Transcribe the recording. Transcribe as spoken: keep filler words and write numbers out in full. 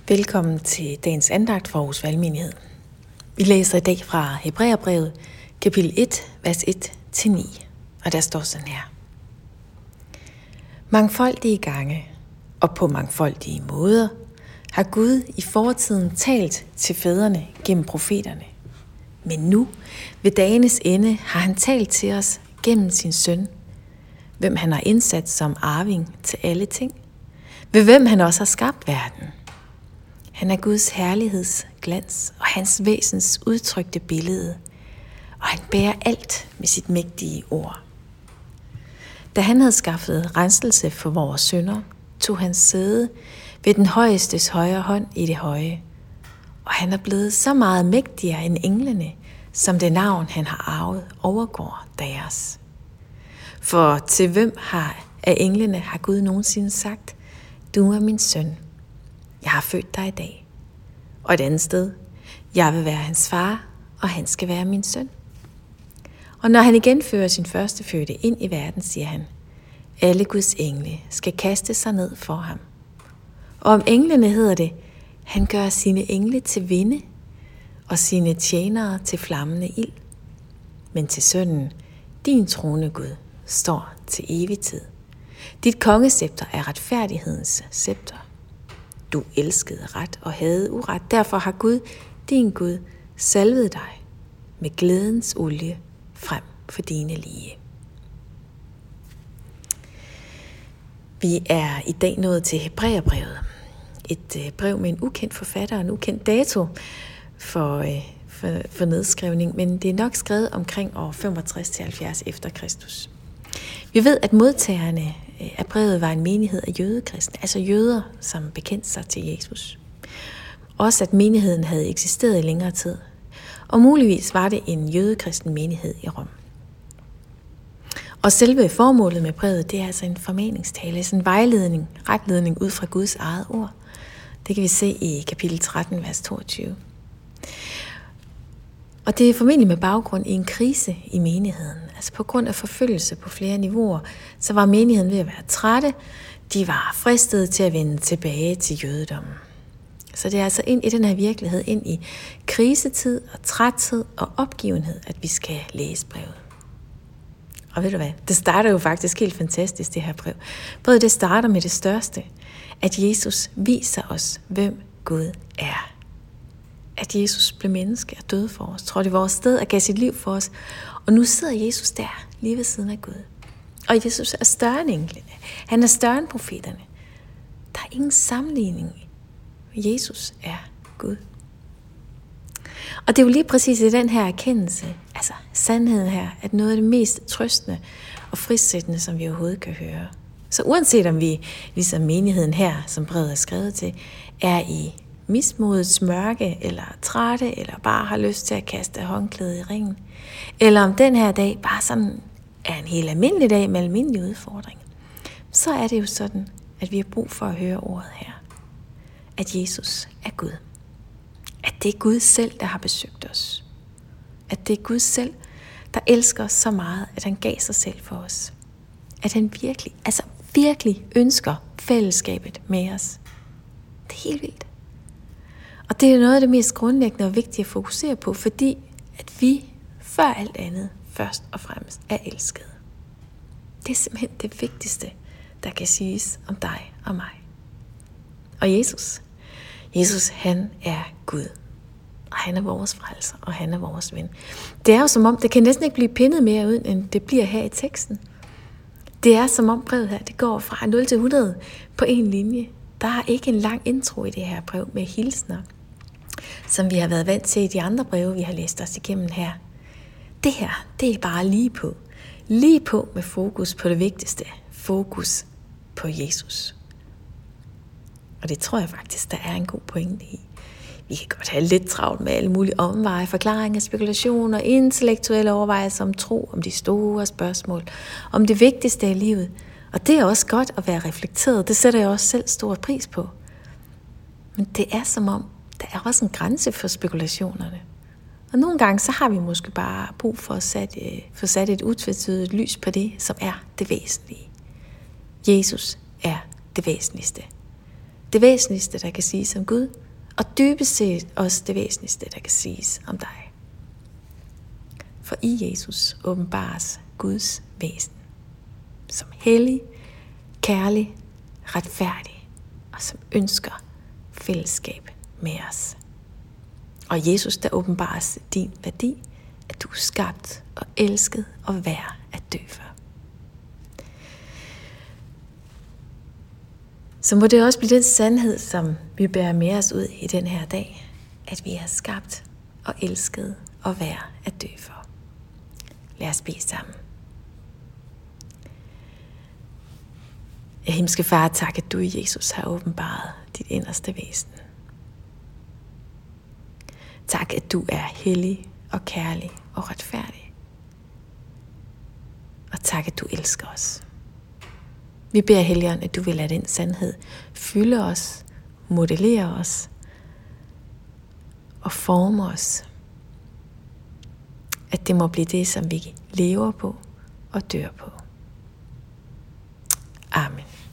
Velkommen til dagens andagt for Aarhus Valgmenighed. Vi læser i dag fra Hebræerbrevet, kapitel et, vers et til ni, og der står sådan her. Mangfoldige gange og på mangfoldige måder har Gud i fortiden talt til fædrene gennem profeterne. Men nu, ved dagenes ende, har han talt til os gennem sin søn, hvem han har indsat som arving til alle ting, ved hvem han også har skabt verden. Han er Guds herligheds glans og hans væsens udtrykte billede, og han bærer alt med sit mægtige ord. Da han havde skaffet renselse for vores synder, tog han sæde ved den højestes højre hånd i det høje, og han er blevet så meget mægtigere end englene, som det navn han har arvet overgår deres. For til hvem har af englene har Gud nogensinde sagt, du er min søn, jeg har født dig i dag. Og et andet sted, jeg vil være hans far, og han skal være min søn. Og når han igen fører sin førstefødte ind i verden, siger han, alle Guds engle skal kaste sig ned for ham. Og om englene hedder det, han gør sine engle til vinde, og sine tjenere til flammende ild. Men til sønnen, din trone Gud, står til evig tid. Dit kongescepter er retfærdighedens scepter. Du elskede ret og havde uret. Derfor har Gud, din Gud, salvet dig med glædens olie frem for dine lige. Vi er i dag nået til Hebræerbrevet. Et brev med en ukendt forfatter og en ukendt dato for, for, for nedskrivning, men det er nok skrevet omkring år femogtres til halvfjerds efter Kristus. Vi ved, at modtagerne af brevet var en menighed af jødekristne, altså jøder, som bekendte sig til Jesus. Også at menigheden havde eksisteret i længere tid, og muligvis var det en jødekristen menighed i Rom. Og selve formålet med brevet, det er altså en formaningstale, sådan en vejledning, retledning ud fra Guds eget ord. Det kan vi se i kapitel tretten, vers toogtyve. Og det er formentlig med baggrund i en krise i menigheden. Altså på grund af forfølgelse på flere niveauer, så var menigheden ved at være trætte. De var fristede til at vende tilbage til jødedommen. Så det er altså ind i den her virkelighed, ind i krisetid og træthed og opgivenhed, at vi skal læse brevet. Og ved du hvad, det starter jo faktisk helt fantastisk, det her brev. Både det starter med det største, at Jesus viser os, hvem Gud er. At Jesus blev menneske og døde for os, trådte i vores sted og gav sit liv for os. Og nu sidder Jesus der, lige ved siden af Gud. Og Jesus er større end englene. Han er større end profeterne. Der er ingen sammenligning. Jesus er Gud. Og det er jo lige præcis i den her erkendelse, altså sandheden her, at noget af det mest trøstende og frisættende, som vi overhovedet kan høre. Så uanset om vi, ligesom menigheden her, som brevet er skrevet til, er i mismodets mørke, eller trætte, eller bare har lyst til at kaste håndklædet i ringen, eller om den her dag bare sådan er en helt almindelig dag med almindelige udfordringer, så er det jo sådan, at vi har brug for at høre ordet her. At Jesus er Gud. At det er Gud selv, der har besøgt os. At det er Gud selv, der elsker os så meget, at han gav sig selv for os. At han virkelig, altså virkelig ønsker fællesskabet med os. Det er helt vildt. Og det er noget af det mest grundlæggende og vigtige at fokusere på, fordi at vi før alt andet først og fremmest er elskede. Det er simpelthen det vigtigste, der kan siges om dig og mig. Og Jesus, Jesus han er Gud. Og han er vores frelser, og han er vores ven. Det er jo som om, det kan næsten ikke blive pindet mere ud, end det bliver her i teksten. Det er som om brevet her, det går fra nul til hundrede på en linje. Der er ikke en lang intro i det her brev med hilsner, som vi har været vant til i de andre breve, vi har læst os igennem her. Det her, det er bare lige på. Lige på med fokus på det vigtigste. Fokus på Jesus. Og det tror jeg faktisk, der er en god pointe i. Vi kan godt have lidt travlt med alle mulige omveje, forklaringer, spekulationer, intellektuelle overvejelser om tro, om de store spørgsmål, om det vigtigste i livet. Og det er også godt at være reflekteret. Det sætter jeg også selv stor pris på. Men det er som om, der er også en grænse for spekulationerne. Og nogle gange, så har vi måske bare brug for at sætte, for at sætte et utvetydigt lys på det, som er det væsentlige. Jesus er det væsentligste. det væsentligste, der kan siges om Gud, og dybest set også det væsentligste, der kan siges om dig. For i Jesus åbenbares Guds væsen som hellig, kærlig, retfærdig og som ønsker fællesskab med os. Og i Jesus, der åbenbares din værdi, at du er skabt og elsket og værd at dø for. Så må det også blive den sandhed, som vi bærer med os ud i den her dag, at vi er skabt og elsket og værd at dø for. Lad os bede sammen. Ja, himmelske Far, tak, at du i Jesus har åbenbaret dit inderste væsen. Tak, at du er hellig og kærlig og retfærdig. Og tak, at du elsker os. Vi beder, Helligånd, at du vil lade den sandhed fylde os, modellere os og forme os. At det må blive det, som vi lever på og dør på. Amen.